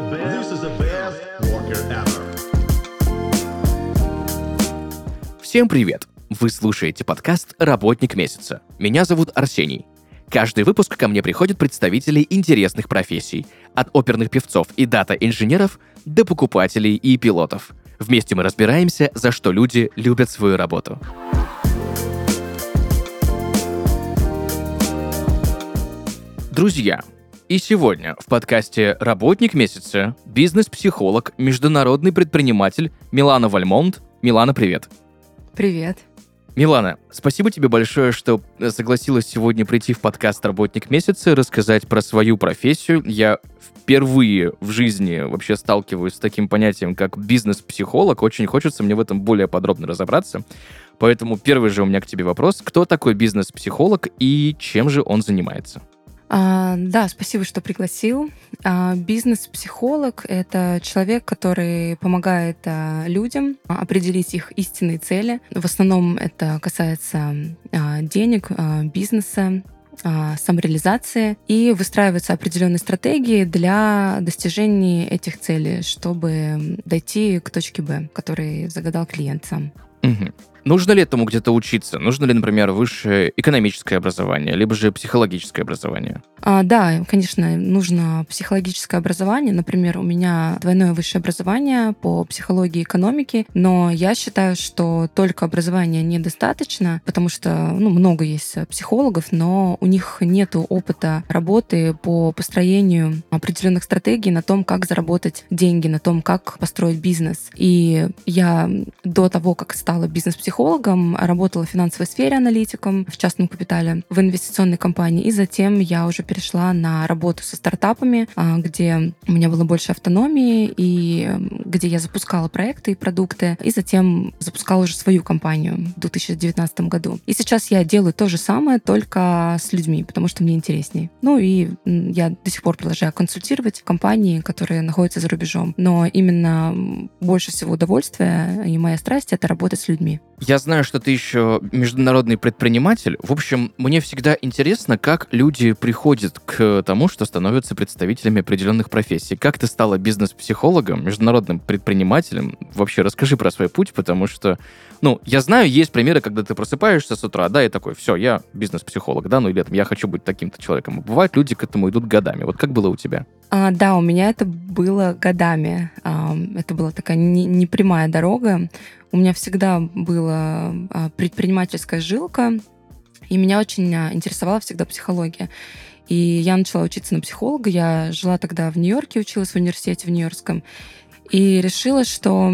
best worker ever. Всем привет! Вы слушаете подкаст «Работник месяца». Меня зовут Арсений. Каждый выпуск ко мне приходят представители интересных профессий, от оперных певцов и дата-инженеров до покупателей и пилотов. Вместе мы разбираемся, за что люди любят свою работу. Друзья, и сегодня в подкасте «Работник месяца» бизнес-психолог, международный предприниматель Милана Вальмонт. Милана, привет. Привет. Милана, спасибо тебе большое, что согласилась сегодня прийти в подкаст «Работник месяца» и рассказать про свою профессию. Я впервые в жизни вообще сталкиваюсь с таким понятием, как бизнес-психолог. Очень хочется мне в этом более подробно разобраться. Поэтому первый же у меня к тебе вопрос. Кто такой бизнес-психолог и чем же он занимается? Да, спасибо, что пригласил. Бизнес-психолог — это человек, который помогает людям определить их истинные цели. В основном это касается денег, бизнеса, самореализации, и выстраиваются определенные стратегии для достижения этих целей, чтобы дойти к точке Б, который загадал клиент сам. Угу. Нужно ли этому где-то учиться? Нужно ли, например, высшее экономическое образование, либо же психологическое образование? Да, конечно, нужно психологическое образование. Например, у меня двойное высшее образование по психологии и экономике, но я считаю, что только образования недостаточно, потому что много есть психологов, но у них нет опыта работы по построению определенных стратегий на том, как заработать деньги, на том, как построить бизнес. И я до того, как стала бизнес-психологом, работала в финансовой сфере аналитиком в частном капитале в инвестиционной компании, и затем я уже перешла на работу со стартапами, где у меня было больше автономии, и где я запускала проекты и продукты, и затем запускала уже свою компанию в 2019 году. И сейчас я делаю то же самое, только с людьми, потому что мне интереснее. И я до сих пор продолжаю консультировать компании, которые находятся за рубежом. Но именно больше всего удовольствия и моя страсть — это работать с людьми. Я знаю, что ты еще международный предприниматель. В общем, мне всегда интересно, как люди приходят к тому, что становятся представителями определенных профессий. Как ты стала бизнес-психологом, международным предпринимателем? Вообще, расскажи про свой путь, потому что, я знаю, есть примеры, когда ты просыпаешься с утра, и такой, все, я бизнес-психолог, или я хочу быть таким-то человеком. Бывают люди к этому идут годами. Вот как было у тебя? Да, у меня это было годами. Это была такая непрямая дорога. У меня всегда была предпринимательская жилка, и меня очень интересовала всегда психология. И я начала учиться на психолога. Я жила тогда в Нью-Йорке, училась в университете в Нью-Йоркском, и решила, что,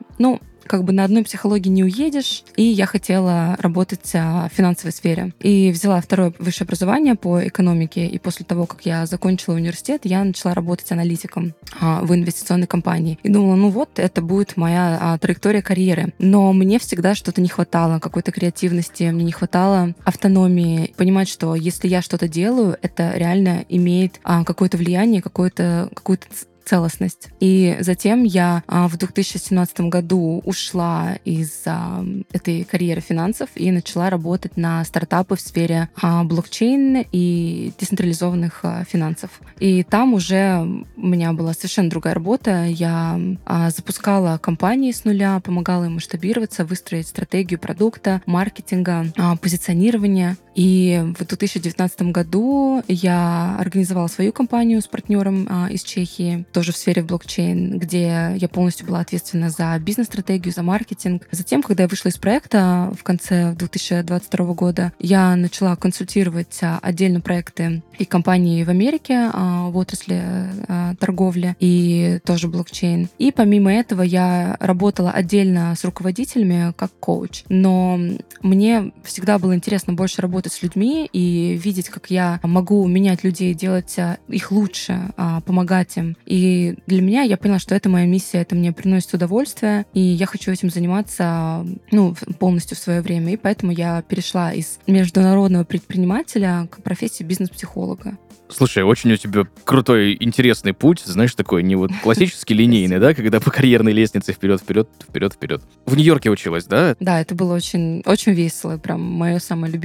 на одной психологии не уедешь, и я хотела работать в финансовой сфере. И взяла второе высшее образование по экономике, и после того, как я закончила университет, я начала работать аналитиком в инвестиционной компании. И думала, это будет моя траектория карьеры. Но мне всегда что-то не хватало, какой-то креативности, мне не хватало автономии, понимать, что если я что-то делаю, это реально имеет какое-то влияние, какую-то целостность. И затем я в 2017 году ушла из этой карьеры финансов и начала работать на стартапы в сфере блокчейн и децентрализованных финансов. И там уже у меня была совершенно другая работа. Я запускала компании с нуля, помогала им масштабироваться, выстроить стратегию продукта, маркетинга, позиционирования. И в 2019 году я организовала свою компанию с партнером из Чехии, тоже в сфере блокчейн, где я полностью была ответственна за бизнес-стратегию, за маркетинг. Затем, когда я вышла из проекта в конце 2022 года, я начала консультировать отдельно проекты и компании в Америке в отрасли торговли и тоже блокчейн. И помимо этого я работала отдельно с руководителями как коуч. Но мне всегда было интересно больше работать с людьми и видеть, как я могу менять людей, делать их лучше, помогать им. И для меня я поняла, что это моя миссия, это мне приносит удовольствие, и я хочу этим заниматься полностью в свое время. И поэтому я перешла из международного предпринимателя к профессии бизнес-психолога. Слушай, очень у тебя крутой, интересный путь, знаешь, такой не классический линейный, да, когда по карьерной лестнице вперед. В Нью-Йорке училась, да? Да, это было очень, очень весело, прям мое самое любимое, интересное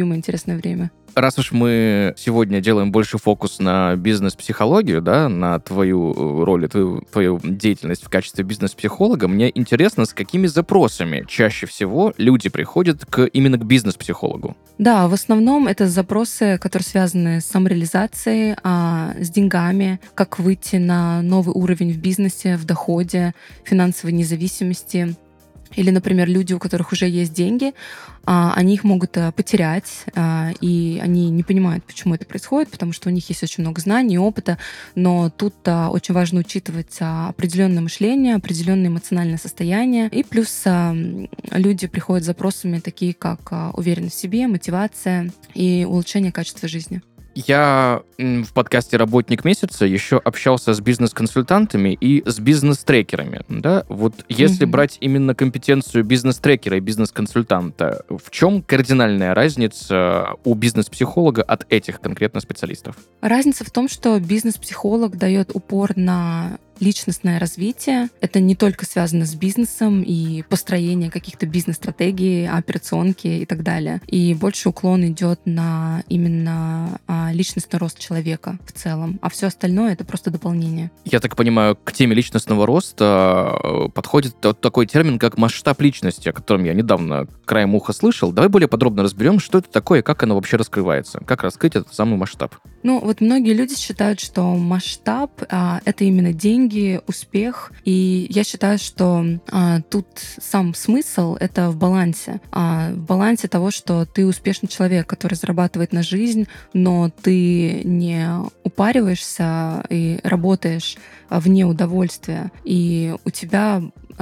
точное время. Раз уж мы сегодня делаем больше фокус на бизнес-психологию, да, на твою роль, и твою деятельность в качестве бизнес-психолога, мне интересно, с какими запросами чаще всего люди приходят именно к бизнес-психологу? Да, в основном это запросы, которые связаны с самореализацией, с деньгами, как выйти на новый уровень в бизнесе, в доходе, финансовой независимости. Или, например, люди, у которых уже есть деньги, они их могут потерять, и они не понимают, почему это происходит, потому что у них есть очень много знаний и опыта, но тут очень важно учитывать определенное мышление, определенное эмоциональное состояние, и плюс люди приходят с запросами такие, как уверенность в себе, мотивация и улучшение качества жизни. Я в подкасте «Работник месяца» еще общался с бизнес-консультантами и с бизнес-трекерами. Да? Вот если брать именно компетенцию бизнес-трекера и бизнес-консультанта, в чем кардинальная разница у бизнес-психолога от этих конкретно специалистов? Разница в том, что бизнес-психолог дает упор на личностное развитие. Это не только связано с бизнесом и построением каких-то бизнес-стратегий, операционки и так далее. И больше уклон идет на именно личностный рост человека в целом. А все остальное — это просто дополнение. Я так понимаю, к теме личностного роста подходит такой термин, как масштаб личности, о котором я недавно краем уха слышал. Давай более подробно разберем, что это такое, как оно вообще раскрывается. Как раскрыть этот самый масштаб? Ну, вот многие люди считают, что масштаб это именно деньги, успех. И я считаю, что тут сам смысл — это в балансе. В балансе того, что ты успешный человек, который зарабатывает на жизнь, но ты не упариваешься и работаешь вне удовольствия. И у тебя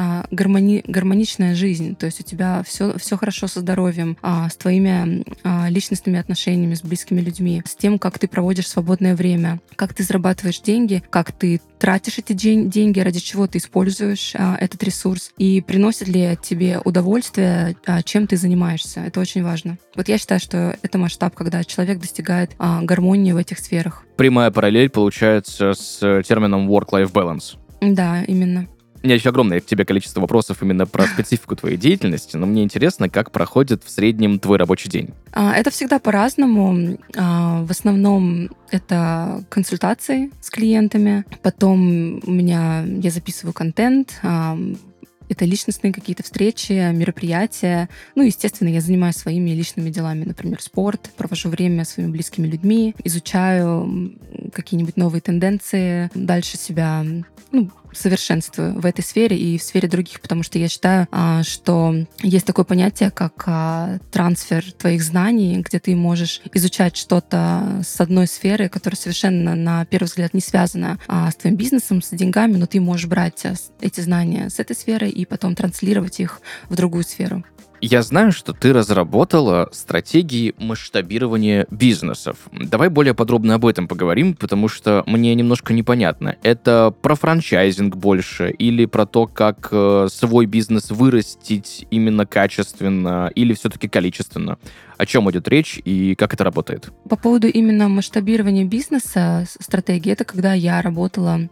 гармоничная жизнь, то есть у тебя все хорошо со здоровьем, с твоими личностными отношениями с близкими людьми, с тем, как ты проводишь свободное время, как ты зарабатываешь деньги, как ты тратишь эти деньги, ради чего ты используешь этот ресурс, и приносит ли тебе удовольствие, чем ты занимаешься. Это очень важно. Вот я считаю, что это масштаб, когда человек достигает гармонии в этих сферах. Прямая параллель получается с термином work-life balance. Да, именно. У меня еще огромное к тебе количество вопросов именно про специфику твоей деятельности, но мне интересно, как проходит в среднем твой рабочий день. Это всегда по-разному. В основном это консультации с клиентами. Потом я записываю контент. Это личностные какие-то встречи, мероприятия. Ну, естественно, я занимаюсь своими личными делами, например, спорт, провожу время с своими близкими людьми, изучаю какие-нибудь новые тенденции, дальше себя совершенствую в этой сфере и в сфере других, потому что я считаю, что есть такое понятие, как трансфер твоих знаний, где ты можешь изучать что-то с одной сферы, которая совершенно, на первый взгляд, не связана с твоим бизнесом, с деньгами, но ты можешь брать эти знания с этой сферы и потом транслировать их в другую сферу. Я знаю, что ты разработала стратегии масштабирования бизнесов. Давай более подробно об этом поговорим, потому что мне немножко непонятно. Это про франчайзинг больше или про то, как свой бизнес вырастить именно качественно или все-таки количественно? О чем идет речь и как это работает? По поводу именно масштабирования бизнеса, стратегии, это когда я работала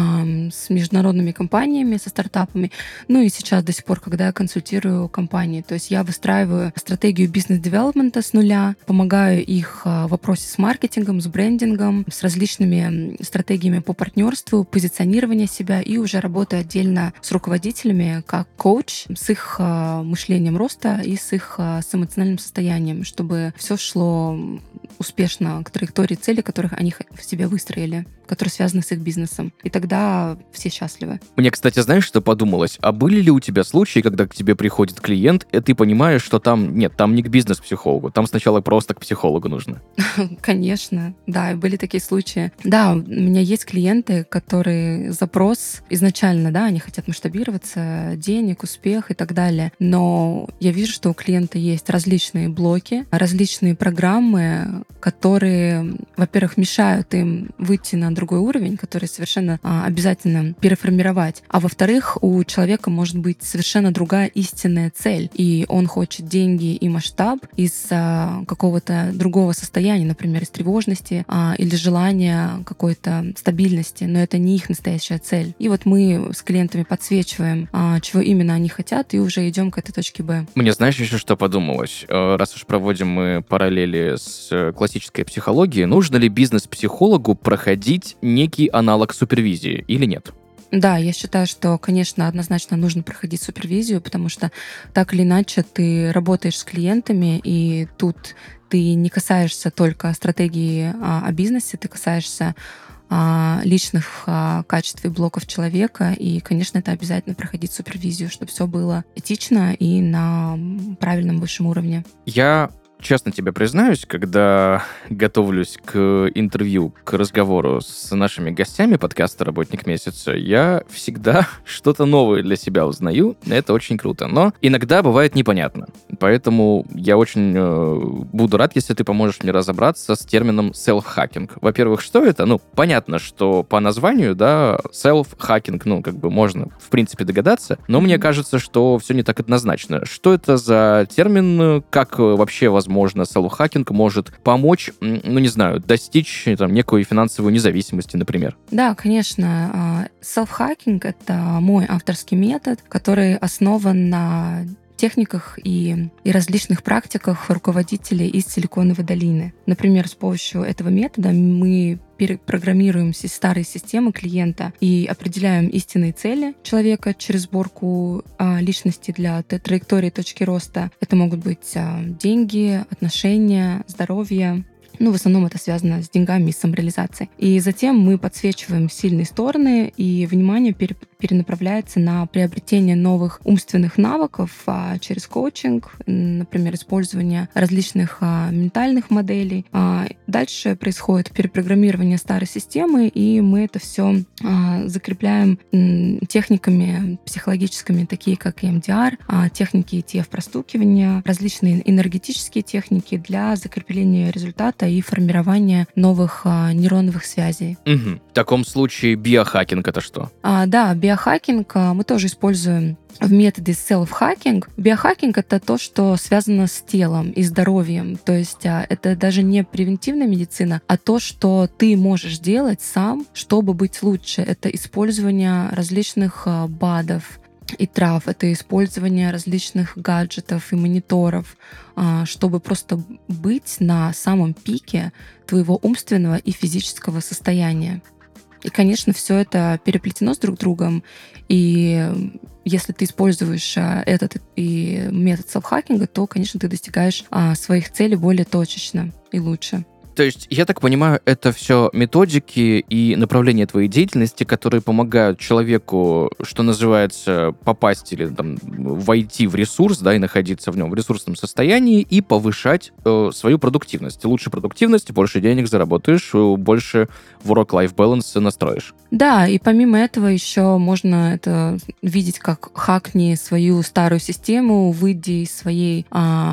с международными компаниями, со стартапами, ну и сейчас до сих пор, когда я консультирую компании. То есть я выстраиваю стратегию бизнес-девелопмента с нуля, помогаю их в вопросе с маркетингом, с брендингом, с различными стратегиями по партнерству, позиционирования себя, и уже работаю отдельно с руководителями как коуч, с их мышлением роста и с их с эмоциональным состоянием, чтобы все шло успешно к траектории цели, которых они в себе выстроили, которые связаны с их бизнесом. И тогда все счастливы. Мне, кстати, знаешь, что подумалось? А были ли у тебя случаи, когда к тебе приходит клиент, и ты понимаешь, что там не к бизнес-психологу, там сначала просто к психологу нужно? Конечно, да, были такие случаи. Да, у меня есть клиенты, которые запрос изначально, да, они хотят масштабироваться, денег, успех и так далее. Но я вижу, что у клиента есть различные блоки, различные программы, которые, во-первых, мешают им выйти на другой уровень, который совершенно обязательно переформировать. А во-вторых, у человека может быть совершенно другая истинная цель, и он хочет деньги и масштаб из какого-то другого состояния, например, из тревожности или желания какой-то стабильности, но это не их настоящая цель. И вот мы с клиентами подсвечиваем, чего именно они хотят, и уже идем к этой точке Б. Мне, знаешь, еще что подумалось? Раз уж проводим мы параллели с классической психологией, нужно ли бизнес-психологу проходить некий аналог супервизии или нет? Да, я считаю, что, конечно, однозначно нужно проходить супервизию, потому что так или иначе ты работаешь с клиентами, и тут ты не касаешься только стратегии о бизнесе, ты касаешься личных качеств и блоков человека, и, конечно, это обязательно проходить супервизию, чтобы все было этично и на правильном высшем уровне. Я честно тебе признаюсь, когда готовлюсь к интервью, к разговору с нашими гостями подкаста «Работник месяца», я всегда что-то новое для себя узнаю. Это очень круто. Но иногда бывает непонятно. Поэтому я очень буду рад, если ты поможешь мне разобраться с термином self-hacking. Во-первых, что это? Понятно, что по названию, да, self-hacking, можно, в принципе, догадаться, но мне кажется, что все не так однозначно. Что это за термин? Как вообще возможно self-hacking может помочь, достичь некой финансовой независимости, например? Да, конечно. Self-hacking — это мой авторский метод, который основан на техниках и различных практиках руководителей из Силиконовой долины. Например, с помощью этого метода мы перепрограммируем старые системы клиента и определяем истинные цели человека через сборку личности для траектории точки роста. Это могут быть деньги, отношения, здоровье. В основном это связано с деньгами и самореализацией. И затем мы подсвечиваем сильные стороны, и внимание перенаправляется на приобретение новых умственных навыков через коучинг, например, использование различных ментальных моделей. Дальше происходит перепрограммирование старой системы, и мы это все закрепляем техниками психологическими, такие как EMDR, техники ETF-простукивания, различные энергетические техники для закрепления результата и формирования новых нейроновых связей. Угу. В таком случае биохакинг — это что? Да, биохакинг мы тоже используем в методе self-hacking. Биохакинг — это то, что связано с телом и здоровьем. То есть это даже не превентивная медицина, а то, что ты можешь делать сам, чтобы быть лучше. Это использование различных БАДов и трав, это использование различных гаджетов и мониторов, чтобы просто быть на самом пике твоего умственного и физического состояния. И, конечно, все это переплетено с друг другом, и если ты используешь этот и метод селф-хакинга, то, конечно, ты достигаешь своих целей более точечно и лучше. То есть, я так понимаю, это все методики и направления твоей деятельности, которые помогают человеку, что называется, попасть или войти в ресурс, да, и находиться в нем в ресурсном состоянии и повышать свою продуктивность. Лучше продуктивность, больше денег заработаешь, больше work-life balance настроишь. Да, и помимо этого еще можно это видеть как хакни свою старую систему, выйди из своей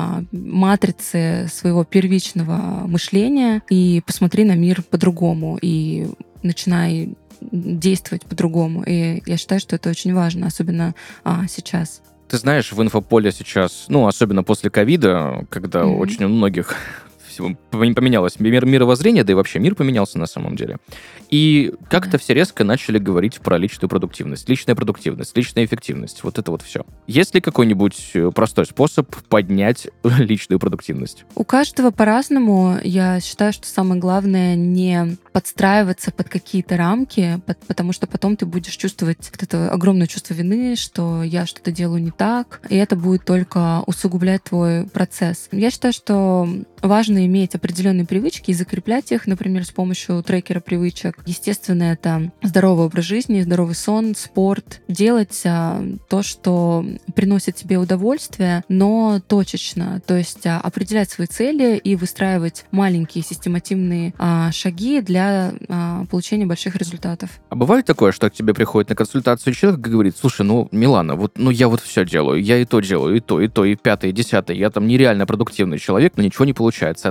матрицы своего первичного мышления и посмотри на мир по-другому, и начинай действовать по-другому. И я считаю, что это очень важно, особенно сейчас. Ты знаешь, в инфополе сейчас, особенно после ковида, когда очень у многих поменялось мировоззрение, да и вообще мир поменялся на самом деле. И как-то все резко начали говорить про личную продуктивность, личная эффективность, вот это вот все. Есть ли какой-нибудь простой способ поднять личную продуктивность? У каждого по-разному. Я считаю, что самое главное не подстраиваться под какие-то рамки, потому что потом ты будешь чувствовать вот это огромное чувство вины, что я что-то делаю не так, и это будет только усугублять твой процесс. Я считаю, что важно иметь определенные привычки и закреплять их, например, с помощью трекера привычек. Естественно, это здоровый образ жизни, здоровый сон, спорт. Делать то, что приносит тебе удовольствие, но точечно. То есть определять свои цели и выстраивать маленькие системативные шаги для получения больших результатов. А бывает такое, что к тебе приходит на консультацию человек и говорит: слушай, Милана, я все делаю, я и то делаю, и то, и пятое, и десятое, я нереально продуктивный человек, но ничего не получается. А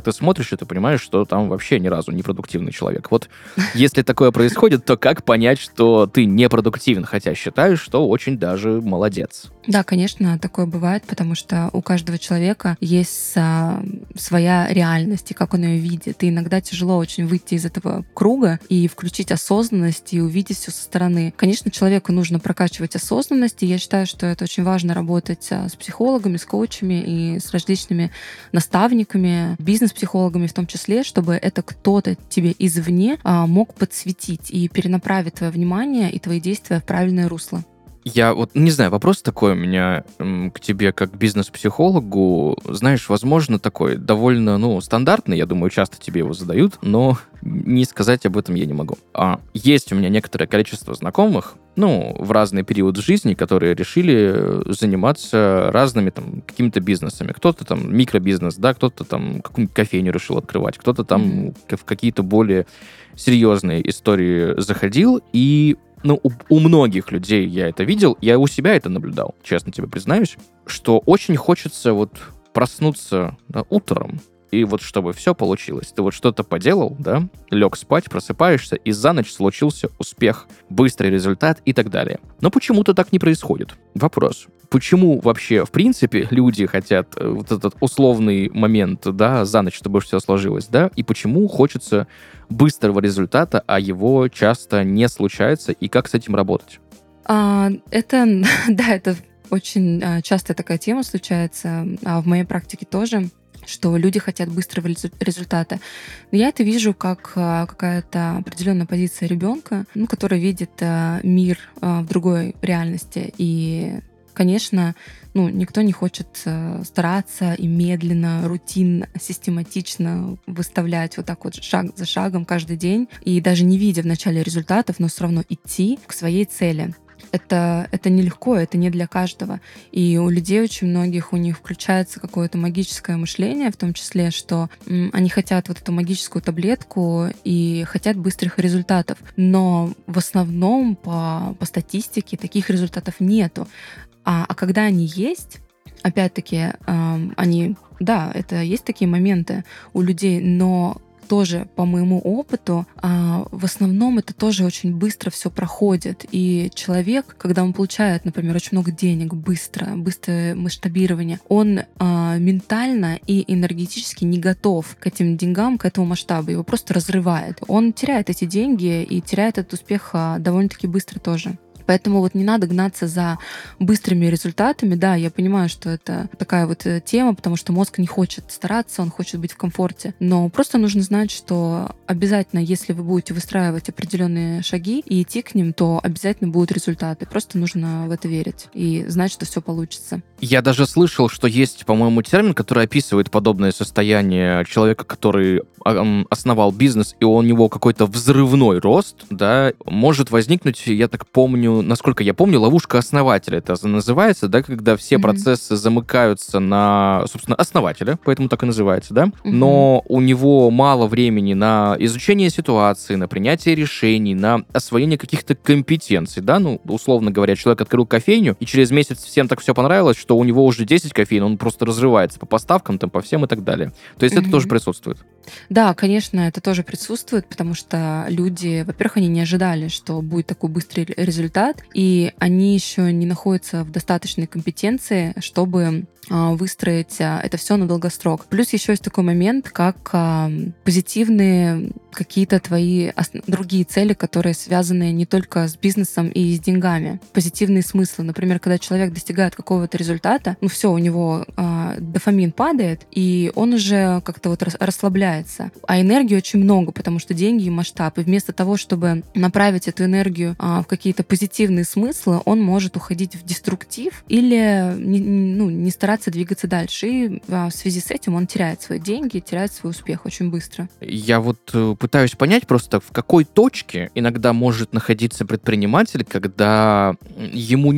ты смотришь, и ты понимаешь, что там вообще ни разу не продуктивный человек. Вот если такое происходит, то как понять, что ты непродуктивен, хотя считаешь, что очень даже молодец? Да, конечно, такое бывает, потому что у каждого человека есть своя реальность, и как он ее видит. И иногда тяжело очень выйти из этого круга и включить осознанность и увидеть все со стороны. Конечно, человеку нужно прокачивать осознанность, и я считаю, что это очень важно работать с психологами, с коучами и с различными наставниками, бизнес-психологами в том числе, чтобы это кто-то тебе извне мог подсветить и перенаправить твое внимание и твои действия в правильное русло. Я вот не знаю, вопрос такой у меня к тебе как бизнес-психологу. Знаешь, возможно, такой довольно, стандартный, я думаю, часто тебе его задают, но не сказать об этом я не могу. Есть у меня некоторое количество знакомых, в разные периоды жизни, которые решили заниматься разными там какими-то бизнесами. Кто-то там микробизнес, да, кто-то там какую-нибудь кофейню решил открывать, кто-то там в какие-то более серьезные истории заходил, и у многих людей я это видел, я у себя это наблюдал, честно тебе признаюсь, что очень хочется вот проснуться утром, и вот чтобы все получилось. Ты вот что-то поделал, да, лег спать, просыпаешься, и за ночь случился успех, быстрый результат и так далее. Но почему-то так не происходит. Вопрос. Почему вообще, в принципе, люди хотят вот этот условный момент, да, за ночь, чтобы все сложилось, да, и почему хочется быстрого результата, а его часто не случается, и как с этим работать? Это очень часто такая тема случается, в моей практике тоже, что люди хотят быстрого результата. Но я это вижу как какая-то определенная позиция ребенка, который видит мир в другой реальности. И, конечно, никто не хочет стараться и медленно, рутинно, систематично выставлять вот так вот шаг за шагом каждый день, и даже не видя вначале результатов, но все равно идти к своей цели. Это нелегко, это не для каждого. И у людей очень многих, у них включается какое-то магическое мышление, в том числе, что они хотят вот эту магическую таблетку и хотят быстрых результатов. Но в основном по статистике таких результатов нету. А когда они есть, опять-таки, это есть такие моменты у людей, но тоже по моему опыту, в основном это тоже очень быстро все проходит. И человек, когда он получает, например, очень много денег быстрое масштабирование, он ментально и энергетически не готов к этим деньгам, к этому масштабу. Его просто разрывает. Он теряет эти деньги и теряет этот успех довольно-таки быстро тоже. Поэтому вот не надо гнаться за быстрыми результатами. Да, я понимаю, что это такая вот тема, потому что мозг не хочет стараться, он хочет быть в комфорте. Но просто нужно знать, что обязательно, если вы будете выстраивать определенные шаги и идти к ним, то обязательно будут результаты. Просто нужно в это верить и знать, что все получится. Я даже слышал, что есть, по-моему, термин, который описывает подобное состояние человека, который основал бизнес, и у него какой-то взрывной рост, да, может возникнуть, я так помню, насколько я помню, ловушка основателя это называется, да, когда все процессы замыкаются на, собственно, основателя, поэтому так и называется, да, но у него мало времени на изучение ситуации, на принятие решений, на освоение каких-то компетенций, да, условно говоря, человек открыл кофейню, и через месяц всем так все понравилось, что у него уже 10 кофеин, он просто разрывается по поставкам, там, по всем и так далее. То есть это тоже присутствует. Да, конечно, это тоже присутствует, потому что люди, во-первых, они не ожидали, что будет такой быстрый результат, и они еще не находятся в достаточной компетенции, чтобы выстроить это все на долгосрок. Плюс еще есть такой момент, как позитивные какие-то твои другие цели, которые связаны не только с бизнесом и с деньгами. Позитивные смыслы. Например, когда человек достигает какого-то результата, все, у него дофамин падает, и он уже как-то вот расслабляется. А энергии очень много, потому что деньги и масштаб. И вместо того, чтобы направить эту энергию в какие-то позитивные смыслы, он может уходить в деструктив или не стараться двигаться дальше. И в связи с этим он теряет свои деньги, теряет свой успех очень быстро. Я вот пытаюсь понять просто, в какой точке иногда может находиться предприниматель, когда ему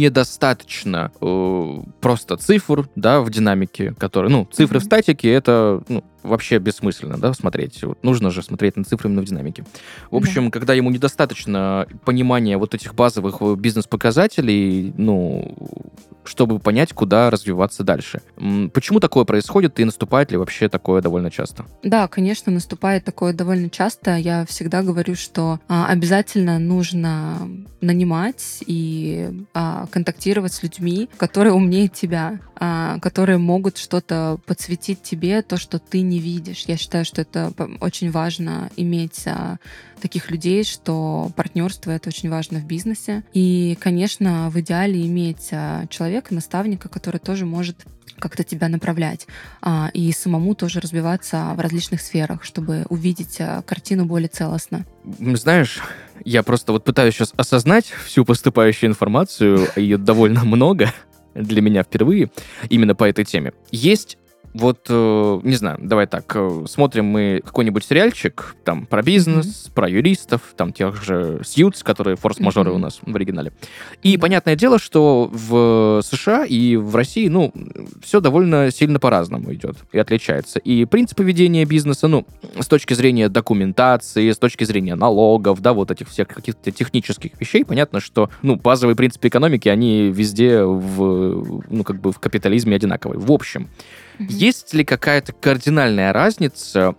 недостаточно просто цифр, да, в динамике, которые, цифры в статике, это, вообще бессмысленно, да, смотреть. Вот нужно же смотреть на цифры именно в динамике. В общем, когда ему недостаточно понимания вот этих базовых бизнес-показателей, ну, чтобы понять, куда развиваться дальше. Почему такое происходит и наступает ли вообще такое довольно часто? Да, конечно, наступает такое довольно часто. Я всегда говорю, что обязательно нужно нанимать и контактировать с людьми, которые умнее тебя, которые могут что-то подсветить тебе, то, что ты не видишь. Я считаю, что это очень важно иметь таких людей, что партнерство — это очень важно в бизнесе. И, конечно, в идеале иметь человека, наставника, который тоже может как-то тебя направлять, и самому тоже разбиваться в различных сферах, чтобы увидеть картину более целостно. Знаешь, я просто вот пытаюсь сейчас осознать всю поступающую информацию, ее довольно много для меня впервые, именно по этой теме. Есть вот, не знаю, давай так, смотрим мы какой-нибудь сериальчик, там, про бизнес, про юристов, там, тех же Suits, которые форс-мажоры у нас в оригинале. И понятное дело, что в США и в России, ну, все довольно сильно по-разному идет и отличается. И принципы ведения бизнеса, ну, с точки зрения документации, с точки зрения налогов, да, вот этих всех каких-то технических вещей, понятно, что, ну, базовые принципы экономики, они везде ну, как бы в капитализме одинаковые. В общем, есть ли какая-то кардинальная разница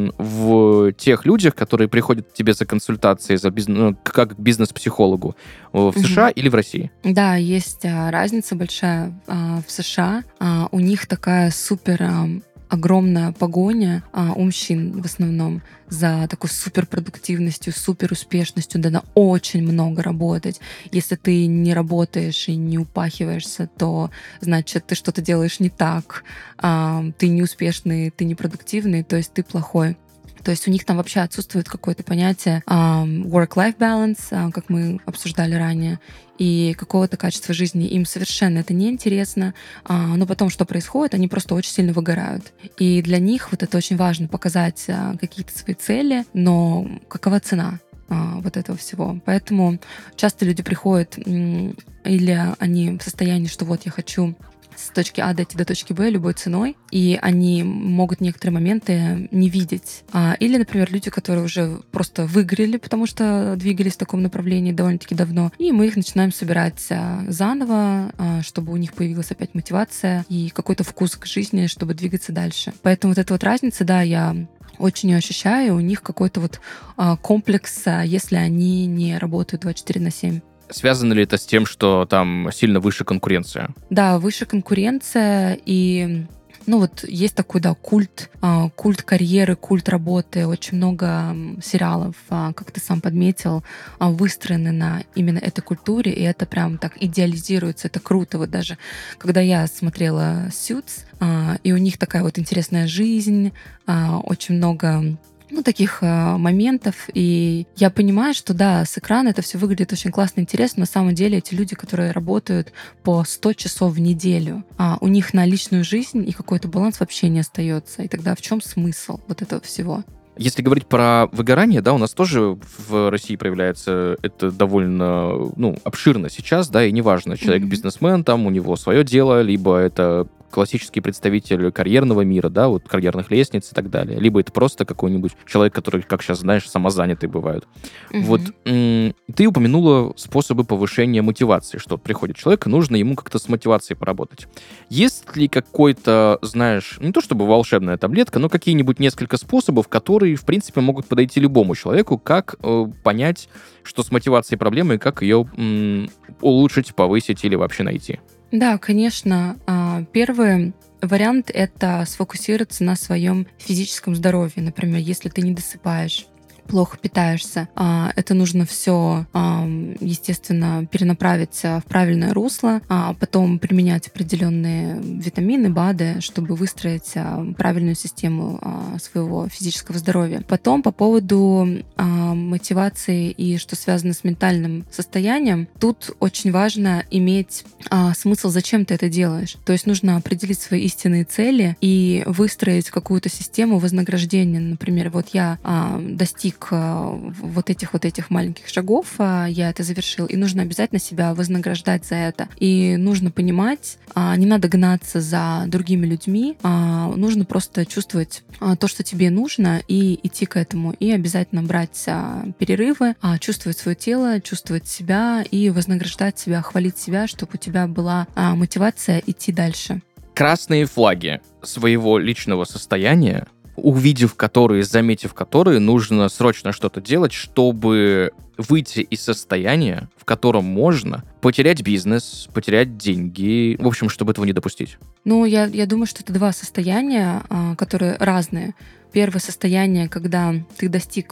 в тех людях, которые приходят к тебе за консультацией, как к бизнес-психологу в США или в России? Да, есть разница большая в США. У них такая супер огромная погоня у мужчин в основном за такой суперпродуктивностью, суперуспешностью, да, на очень много работать. Если ты не работаешь и не упахиваешься, то, значит, ты что-то делаешь не так, ты неуспешный, ты непродуктивный, то есть ты плохой. То есть у них там вообще отсутствует какое-то понятие work-life balance, как мы обсуждали ранее, и какого-то качества жизни. Им совершенно это неинтересно. Но потом, что происходит, они просто очень сильно выгорают. И для них вот это очень важно — показать какие-то свои цели, но какова цена вот этого всего. Поэтому часто люди приходят, или они в состоянии, что вот я хочу с точки А дойти до точки Б любой ценой, и они могут некоторые моменты не видеть. Или, например, люди, которые уже просто выгорели, потому что двигались в таком направлении довольно-таки давно, и мы их начинаем собирать заново, чтобы у них появилась опять мотивация и какой-то вкус к жизни, чтобы двигаться дальше. Поэтому вот эта вот разница, да, я очень ее ощущаю. У них какой-то вот комплекс, если они не работают 24/7. Связано ли это с тем, что там сильно выше конкуренция? Да, выше конкуренция, и ну вот есть такой, да, культ карьеры, культ работы. Очень много сериалов, как ты сам подметил, выстроены на именно этой культуре, и это прям так идеализируется, это круто. Вот даже когда я смотрела Suits, и у них такая вот интересная жизнь, очень много таких моментов, и я понимаю, что да, с экрана это все выглядит очень классно, интересно. На самом деле эти люди, которые работают по 100 часов в неделю, у них на личную жизнь и какой-то баланс вообще не остается. И тогда в чем смысл вот этого всего? Если говорить про выгорание, да, у нас тоже в России проявляется это довольно, обширно сейчас, да, и неважно, человек бизнесмен, там у него свое дело, либо это классический представитель карьерного мира, да, вот карьерных лестниц и так далее, либо это просто какой-нибудь человек, который, как сейчас знаешь, самозанятый бывают. Вот ты упомянула способы повышения мотивации, что приходит человек, и нужно ему как-то с мотивацией поработать. Есть ли какой-то, знаешь, не то чтобы волшебная таблетка, но какие-нибудь несколько способов, которые, в принципе, могут подойти любому человеку, как понять, что с мотивацией проблемы, и как ее улучшить, повысить или вообще найти? Да, конечно. Первый вариант — это сфокусироваться на своем физическом здоровье. Например, если ты не досыпаешь, плохо питаешься, это нужно все, естественно, перенаправить в правильное русло, а потом применять определенные витамины, БАДы, чтобы выстроить правильную систему своего физического здоровья. Потом по поводу мотивации и что связано с ментальным состоянием, тут очень важно иметь смысл, зачем ты это делаешь. То есть нужно определить свои истинные цели и выстроить какую-то систему вознаграждения. Например, вот я достиг достиг вот этих маленьких шагов, я это завершил, и нужно обязательно себя вознаграждать за это. И нужно понимать, не надо гнаться за другими людьми, нужно просто чувствовать то, что тебе нужно, и идти к этому, и обязательно брать перерывы, чувствовать свое тело, чувствовать себя и вознаграждать себя, хвалить себя, чтобы у тебя была мотивация идти дальше. Красные флаги своего личного состояния, увидев которые, заметив которые, нужно срочно что-то делать, чтобы выйти из состояния, в котором можно потерять бизнес, потерять деньги, в общем, чтобы этого не допустить. Ну, я думаю, что это два состояния, которые разные. Первое состояние, когда ты достиг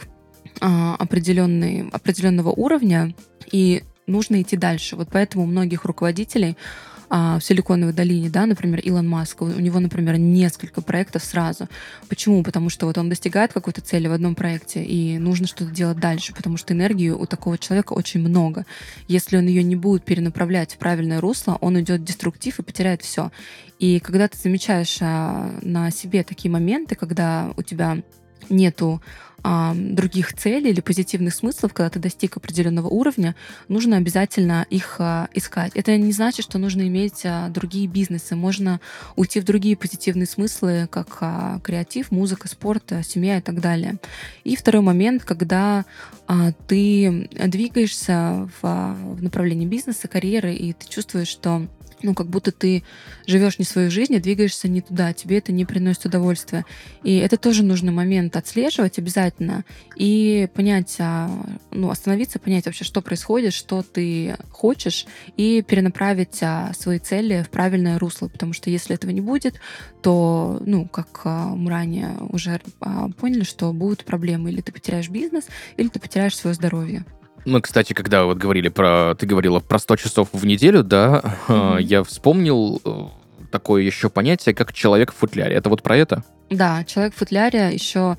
определенного уровня, и нужно идти дальше. Вот поэтому у многих руководителей в Силиконовой долине, да, например, Илон Маск, у него, например, несколько проектов сразу. Почему? Потому что вот он достигает какой-то цели в одном проекте, и нужно что-то делать дальше, потому что энергии у такого человека очень много. Если он ее не будет перенаправлять в правильное русло, он уйдет в деструктив и потеряет все. И когда ты замечаешь на себе такие моменты, когда у тебя нету других целей или позитивных смыслов, когда ты достиг определенного уровня, нужно обязательно их искать. Это не значит, что нужно иметь другие бизнесы. Можно уйти в другие позитивные смыслы, как креатив, музыка, спорт, семья и так далее. И второй момент, когда ты двигаешься в направлении бизнеса, карьеры, и ты чувствуешь, что как будто ты живешь не свою жизнь, а двигаешься не туда, тебе это не приносит удовольствия. И это тоже нужный момент отслеживать обязательно и понять, остановиться, понять вообще, что происходит, что ты хочешь, и перенаправить свои цели в правильное русло. Потому что если этого не будет, то, как мы ранее уже поняли, что будут проблемы. Или ты потеряешь бизнес, или ты потеряешь свое здоровье. Ну, кстати, когда вот ты говорила про 100 часов в неделю, да, я вспомнил такое еще понятие, как человек в футляре. Это вот про это? Да, человек в футляре еще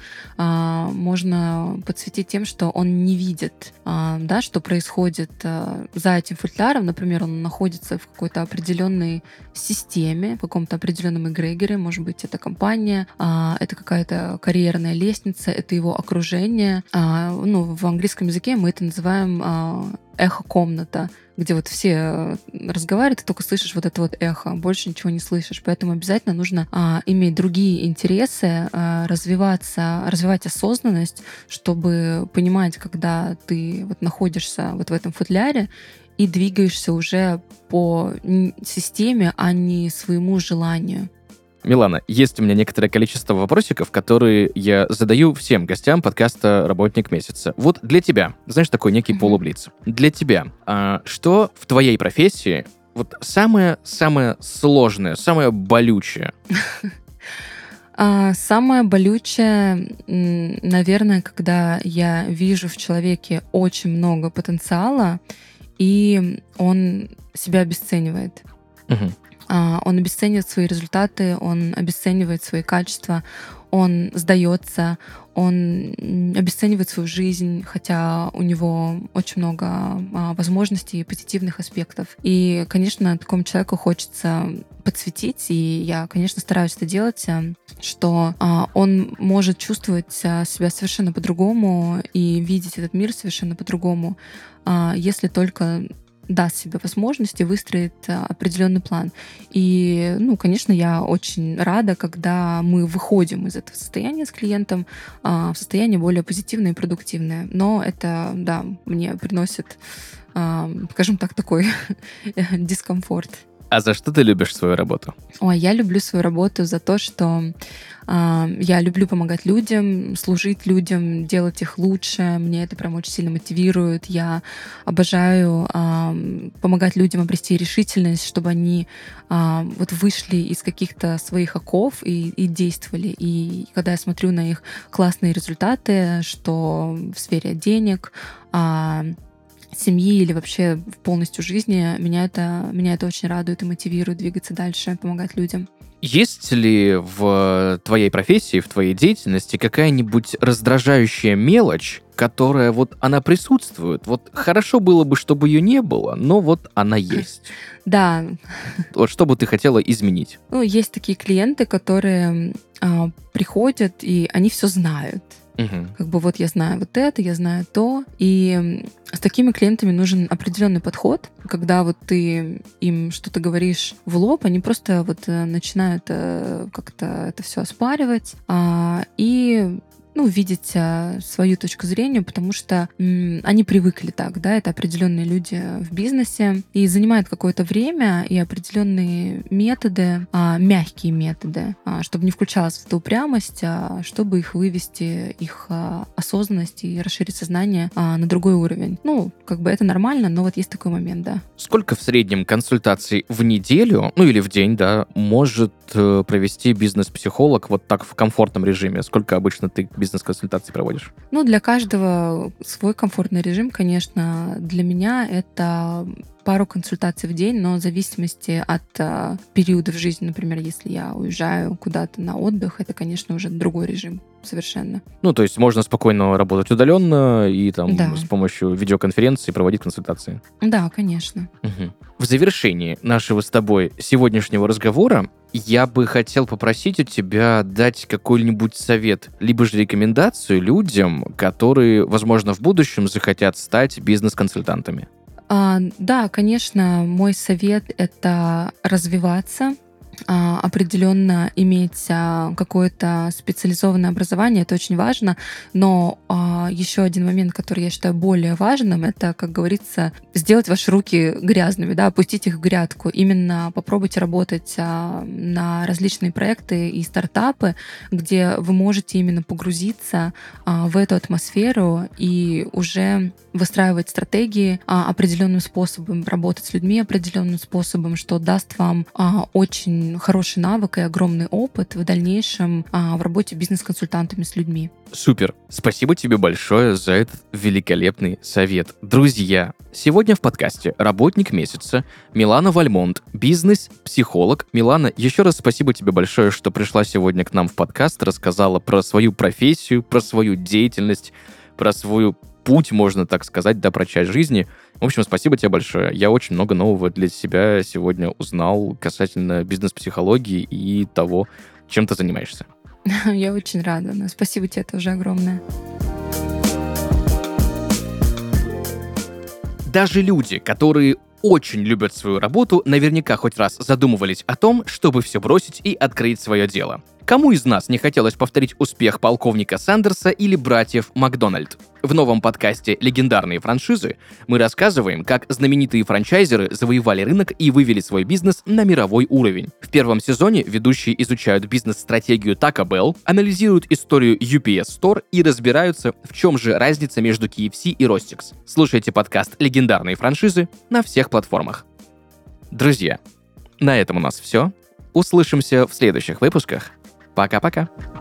можно подсветить тем, что он не видит, что происходит за этим футляром. Например, он находится в какой-то определенной системе, в каком-то определенном эгрегоре. Может быть, это компания, это какая-то карьерная лестница, это его окружение. В английском языке мы это называем эхо-комната, где вот все разговаривают, ты только слышишь вот это вот эхо, больше ничего не слышишь. Поэтому обязательно нужно иметь другие интересы, развивать осознанность, чтобы понимать, когда ты вот находишься вот в этом футляре и двигаешься уже по системе, а не своему желанию. Милана, есть у меня некоторое количество вопросиков, которые я задаю всем гостям подкаста «Работник месяца». Вот для тебя, знаешь, такой некий полублиц. Для тебя, что в твоей профессии вот самое сложное, самое болючее? Самое болючее, наверное, когда я вижу в человеке очень много потенциала, и он себя обесценивает. Он обесценивает свои результаты, он обесценивает свои качества, он сдается, он обесценивает свою жизнь, хотя у него очень много возможностей и позитивных аспектов. И, конечно, такому человеку хочется подсветить, и я, конечно, стараюсь это делать, что он может чувствовать себя совершенно по-другому и видеть этот мир совершенно по-другому, если только даст себе возможности выстроить определенный план. И, конечно, я очень рада, когда мы выходим из этого состояния с клиентом в состояние более позитивное и продуктивное. Но это, да, мне приносит, скажем так, такой дискомфорт. А за что ты любишь свою работу? Я люблю свою работу за то, что я люблю помогать людям, служить людям, делать их лучше. Мне это прям очень сильно мотивирует. Я обожаю помогать людям обрести решительность, чтобы они вот вышли из каких-то своих оков и действовали. И когда я смотрю на их классные результаты, что в сфере денег, семьи или вообще полностью жизни, меня это очень радует и мотивирует двигаться дальше, помогать людям. Есть ли в твоей профессии, в твоей деятельности какая-нибудь раздражающая мелочь, которая вот она присутствует? Вот хорошо было бы, чтобы ее не было, но вот она есть. Да. Вот что бы ты хотела изменить? Есть такие клиенты, которые приходят, и они все знают. Как бы вот я знаю вот это, я знаю то. И с такими клиентами нужен определенный подход, когда вот ты им что-то говоришь в лоб, они просто вот начинают как-то это все оспаривать и видеть свою точку зрения, потому что они привыкли так, да, это определенные люди в бизнесе, и занимает какое-то время и определенные методы, мягкие методы, чтобы не включалась эта упрямость, чтобы их вывести, их осознанность и расширить сознание на другой уровень. Как бы это нормально, но вот есть такой момент, да. Сколько в среднем консультаций в неделю, или в день, да, может провести бизнес-психолог вот так в комфортном режиме? Сколько обычно ты бизнес-консультаций проводишь? Для каждого свой комфортный режим, конечно. Для меня это пару консультаций в день, но в зависимости от периода в жизни, например, если я уезжаю куда-то на отдых, это, конечно, уже другой режим совершенно. То есть можно спокойно работать удаленно и с помощью видеоконференции проводить консультации? Да, конечно. Угу. В завершении нашего с тобой сегодняшнего разговора я бы хотел попросить у тебя дать какой-нибудь совет, либо же рекомендацию людям, которые, возможно, в будущем захотят стать бизнес-консультантами. Да, конечно, мой совет — это развиваться, определенно иметь какое-то специализованное образование, это очень важно, но еще один момент, который я считаю более важным, это, как говорится, сделать ваши руки грязными, да, опустить их в грядку. Именно попробуйте работать на различные проекты и стартапы, где вы можете именно погрузиться в эту атмосферу и уже выстраивать стратегии определенным способом, работать с людьми определенным способом, что даст вам очень хороший навык и огромный опыт в дальнейшем в работе бизнес-консультантами с людьми. Супер! Спасибо тебе большое за этот великолепный совет. Друзья, сегодня в подкасте «Работник месяца» Милана Вальмонт, бизнес-психолог. Милана, еще раз спасибо тебе большое, что пришла сегодня к нам в подкаст, рассказала про свою профессию, про свою деятельность, про свою путь, можно так сказать, да, про часть жизни. В общем, спасибо тебе большое. Я очень много нового для себя сегодня узнал касательно бизнес-психологии и того, чем ты занимаешься. Я очень рада. Спасибо тебе тоже огромное. Даже люди, которые очень любят свою работу, наверняка хоть раз задумывались о том, чтобы все бросить и открыть свое дело. Кому из нас не хотелось повторить успех полковника Сандерса или братьев Макдональд? В новом подкасте «Легендарные франшизы» мы рассказываем, как знаменитые франчайзеры завоевали рынок и вывели свой бизнес на мировой уровень. В первом сезоне ведущие изучают бизнес-стратегию Taco Bell, анализируют историю UPS Store и разбираются, в чем же разница между KFC и Rostix. Слушайте подкаст «Легендарные франшизы» на всех платформах. Друзья, на этом у нас все. Услышимся в следующих выпусках. Пока-пока.